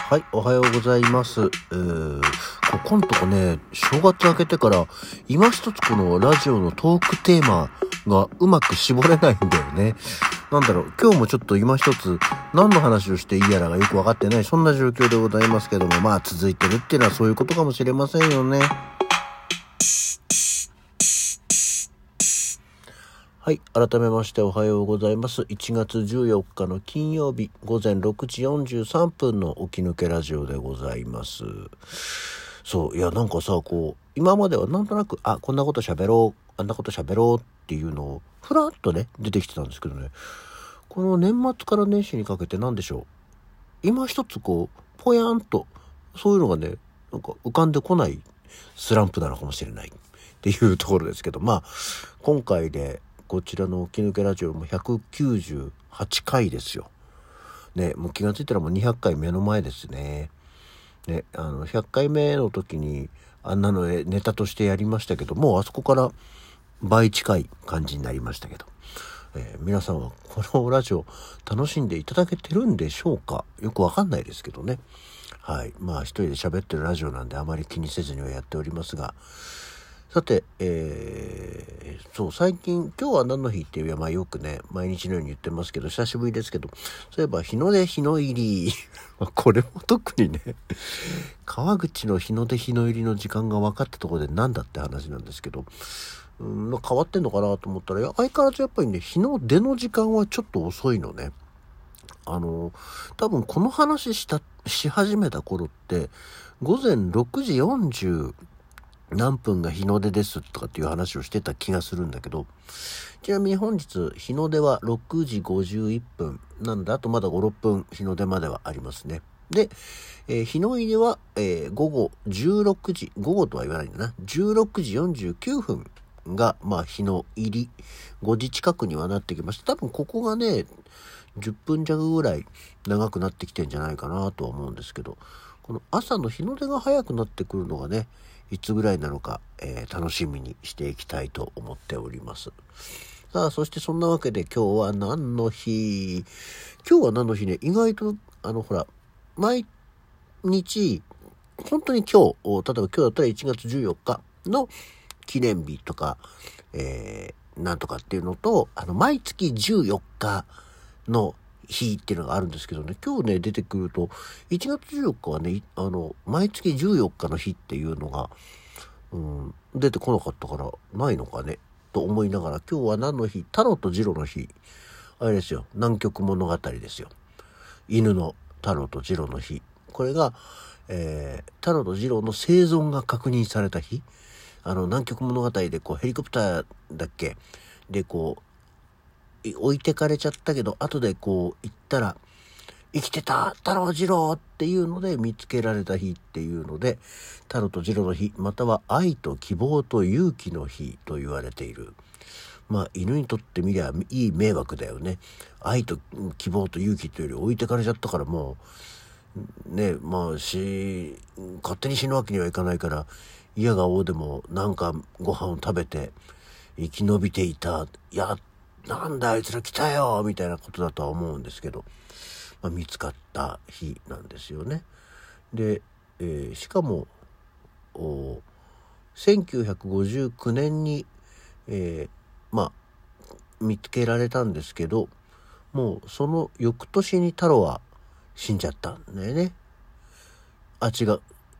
はい、おはようございます。ここんとこね、正月明けてから今一つこのラジオのトークテーマがうまく絞れないんだよね。なんだろう、今日もちょっと今一つ何の話をしていいやらがよくわかってない、そんな状況でございますけども、まあ続いてるっていうのはそういうことかもしれませんよね。はい。改めましておはようございます。1月14日の金曜日午前6時43分の起き抜けラジオでございます。そう。いや、なんかさ、今まではなんとなく、こんなこと喋ろう、あんなこと喋ろうっていうのを、ふらっとね、出てきてたんですけどね。この年末から年始にかけてなんでしょう。今一つぽやんと、そういうのがね、なんか浮かんでこないスランプなのかもしれないっていうところですけど、まあ、今回で、こちらの起き抜けラジオも198回ですよ。ね、もう気がついたらもう200回目の前ですね。ね、100回目の時にあんなのネタとしてやりましたけど、もうあそこから倍近い感じになりましたけど、皆さんはこのラジオ楽しんでいただけてるんでしょうか？よくわかんないですけどね。はい。まあ一人で喋ってるラジオなんであまり気にせずにはやっておりますが、さて、そう、最近、今日は何の日っていう、まあよくね、毎日のように言ってますけど、久しぶりですけど、そういえば日の出日の入り、これも特にね、川口の日の出日の入りの時間が分かったところでなんだって話なんですけど、変わってんのかなと思ったら、相変わらずやっぱりね、日の出の時間はちょっと遅いのね。多分この話し始めた頃って、午前6時40何分が日の出ですとかっていう話をしてた気がするんだけど、ちなみに本日日の出は6時51分なんで、あとまだ5、6分日の出まではありますね。で、日の入りは、午後16時、午後とは言わないんだな、16時49分が、まあ日の入り、5時近くにはなってきました。多分ここがね、10分弱ぐらい長くなってきてんじゃないかなとは思うんですけど、この朝の日の出が早くなってくるのがね、いつぐらいなのか、楽しみにしていきたいと思っております。さあ、そしてそんなわけで今日は何の日？今日は何の日ね、意外と、ほら、毎日、本当に今日、例えば今日だったら1月14日の記念日とか、なんとかっていうのと、毎月14日の日っていうのがあるんですけどね、今日ね、出てくると、1月14日はね、毎月14日の日っていうのが、出てこなかったから、ないのかね、と思いながら、今日は何の日？タロとジロの日。あれですよ、南極物語ですよ。犬のタロとジロの日。これが、タロとジロの生存が確認された日。南極物語でヘリコプターだっけで置いてかれちゃったけど、後で行ったら、生きてた太郎次郎っていうので見つけられた日っていうので、太郎と次郎の日、または愛と希望と勇気の日と言われている。まあ犬にとってみりゃいい迷惑だよね。愛と希望と勇気というより置いてかれちゃったから、もうね、まあ勝手に死ぬわけにはいかないから、嫌がおうでもなんかご飯を食べて生き延びていた。なんだあいつら来たよみたいなことだとは思うんですけど、見つかった日なんですよね。で、しかも1959年に、見つけられたんですけど、もうその翌年に太郎は死んじゃったんだよね。違う。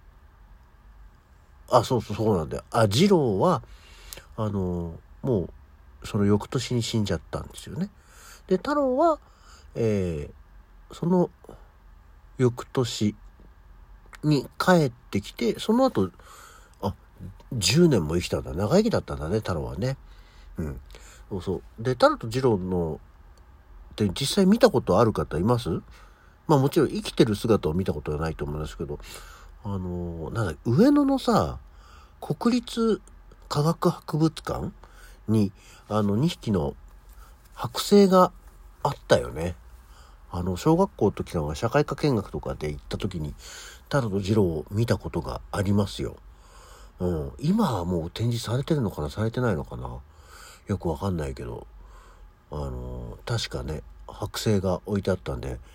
そうなんだよ。次郎はもうその翌年に死んじゃったんですよね。で、太郎は、その翌年に帰ってきて、その後、10年も生きたんだ。長生きだったんだね、太郎はね。そう。で、太郎と次郎のって実際見たことある方います？まあもちろん生きてる姿を見たことはないと思うんですけど、上野のさ、国立科学博物館に、2匹の剥製があったよね。小学校の時は社会科見学とかで行った時に、太郎と次郎を見たことがありますよ。今はもう展示されてるのかな、されてないのかな。よくわかんないけど、確かね、剥製が置いてあったんで、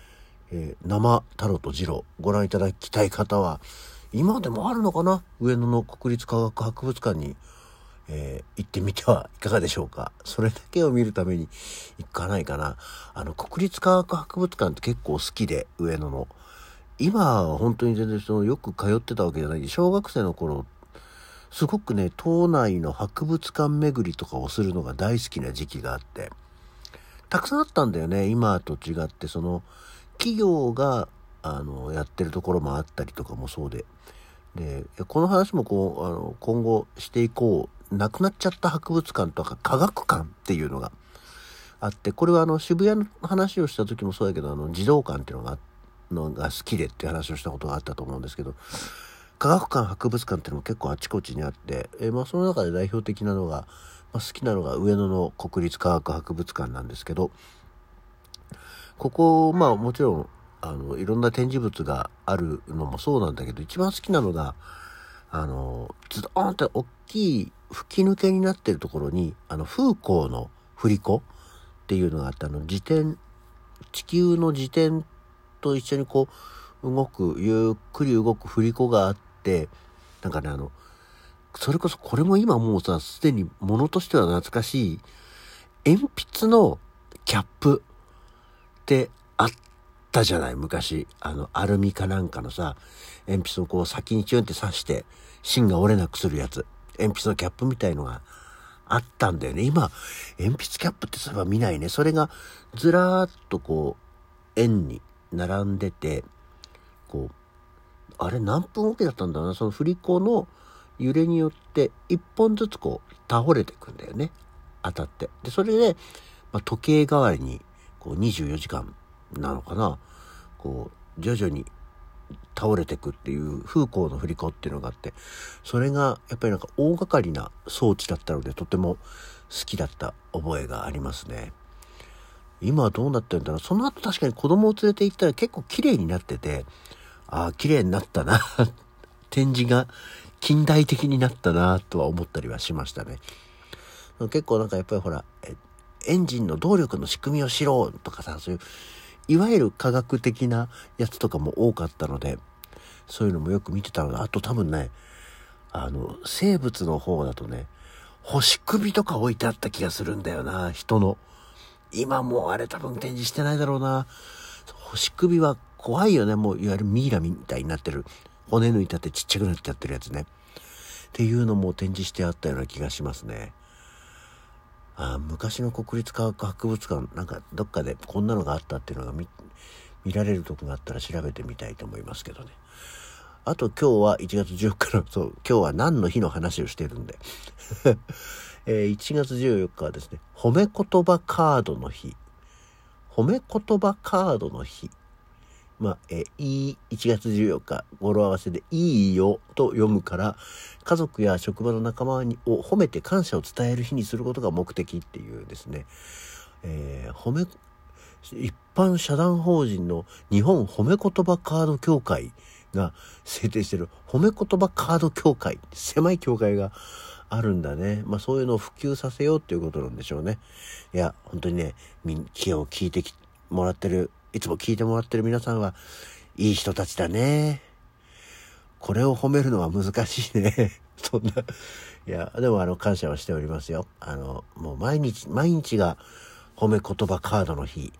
生タロとジロご覧いただきたい方は、今でもあるのかな、上野の国立科学博物館に、行ってみてはいかがでしょうか。それだけを見るために行かないかな。国立科学博物館って結構好きで、上野の。今は本当に全然よく通ってたわけじゃない。小学生の頃、すごくね、島内の博物館巡りとかをするのが大好きな時期があって、たくさんあったんだよね。今と違って、企業が、やってるところもあったりとかもそうで。で、この話も今後していこう。なくなっちゃった博物館とか科学館っていうのがあって、これは渋谷の話をした時もそうだけど、児童館っていうのが好きでっていう話をしたことがあったと思うんですけど、科学館博物館っていうのも結構あちこちにあって、その中で代表的なのが、好きなのが上野の国立科学博物館なんですけど、ここもちろんいろんな展示物があるのもそうなんだけど、一番好きなのがズドーンって大きい吹き抜けになってるところにフーコーの振り子っていうのがあって、地球の自転と一緒にゆっくり動く振り子があって、なんかねそれこそこれも今もうさ、すでにものとしては懐かしい鉛筆のキャップってあったじゃない、昔。アルミかなんかのさ、鉛筆を先にチュンって刺して芯が折れなくするやつ、鉛筆のキャップみたいのがあったんだよね。今鉛筆キャップってそういえば見ないね。それがずらーっと円に並んでて、あれ何分おきだったんだろうな。その振り子の揺れによって一本ずつ倒れてくんだよね、当たって。でそれで、時計代わりに24時間なのかな、徐々に倒れてくっていうフーコーの振り子っていうのがあって、それがやっぱり大掛かりな装置だったので、とても好きだった覚えがありますね。今はどうなってるんだろう。その後確かに子供を連れて行ったら結構綺麗になってて、綺麗になったな展示が近代的になったなとは思ったりはしましたね。結構やっぱりほら、エンジンの動力の仕組みを知ろうとかさ、そういういわゆる科学的なやつとかも多かったので、そういうのもよく見てたので、あと多分ね、生物の方だとね、星首とか置いてあった気がするんだよな、人の。今もうあれ多分展示してないだろうな。星首は怖いよね。もういわゆるミイラみたいになってる、骨抜いてあってちっちゃくなっちゃってるやつねっていうのも展示してあったような気がしますね。昔の国立科学博物館、なんかどっかでこんなのがあったっていうのが見られるとこがあったら調べてみたいと思いますけどね。あと今日は1月14日の、今日は何の日の話をしてるんで1月14日はですね、褒め言葉カードの日。褒め言葉カードの日。1月14日、語呂合わせでいいよと読むから、家族や職場の仲間を褒めて感謝を伝える日にすることが目的っていうですね、一般社団法人の日本褒め言葉カード協会が制定している褒め言葉カード協会、狭い協会があるんだね。そういうのを普及させようっていうことなんでしょうね。いや、本当にね、気を聞いてもらってる、いつも聞いてもらってる皆さんはいい人たちだね。これを褒めるのは難しいね。そんな。いや、でも感謝はしておりますよ。もう毎日が褒め言葉カードの日。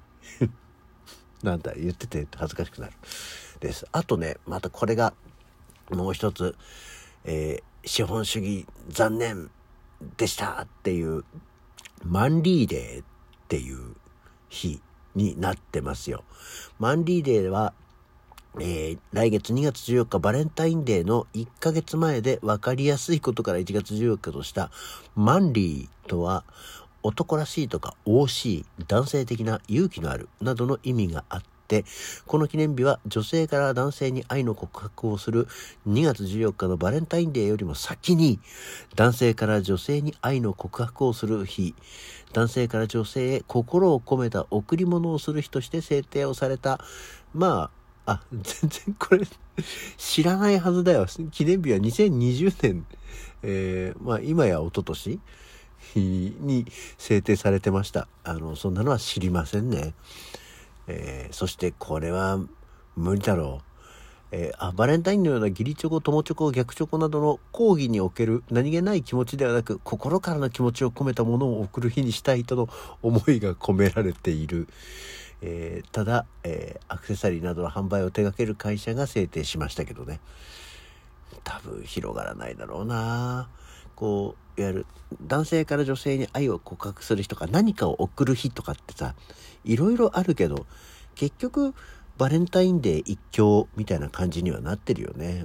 なんだ、言ってて恥ずかしくなる。です。あとね、またこれがもう一つ、資本主義残念でしたっていうマンリーデーっていう日になってますよ。マンリーデーは、来月2月14日バレンタインデーの1ヶ月前で分かりやすいことから1月14日としたマンリーとは男らしいとか惜しい、男性的な、勇気のあるなどの意味があって、この記念日は女性から男性に愛の告白をする2月14日のバレンタインデーよりも先に、男性から女性に愛の告白をする日、男性から女性へ心を込めた贈り物をする日として制定をされた。全然これ知らないはずだよ。記念日は2020年、今や一昨年に制定されてました。そんなのは知りませんね。 そしてこれは無理だろう。バレンタインのような義理チョコ、友チョコ、逆チョコなどの講義における何気ない気持ちではなく、心からの気持ちを込めたものを贈る日にしたいとの思いが込められている。ただ、アクセサリーなどの販売を手掛ける会社が制定しましたけどね、多分広がらないだろうな。こういわゆる男性から女性に愛を告白する日とか何かを贈る日とかってさ、いろいろあるけど、結局バレンタインデー一強みたいな感じにはなってるよね。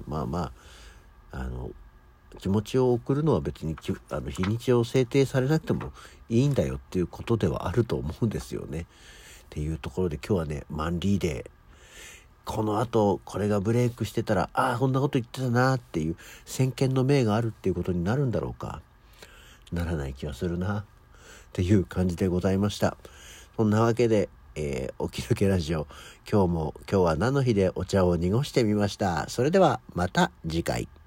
気持ちを送るのは別に日にちを制定されなくてもいいんだよっていうことではあると思うんですよね。っていうところで今日はね、マンリーデー、この後これがブレイクしてたら、こんなこと言ってたなっていう先見の明があるっていうことになるんだろうか。ならない気はするなっていう感じでございました。そんなわけで、起き抜けラジオ、今日は何の日でお茶を濁してみました。それではまた次回。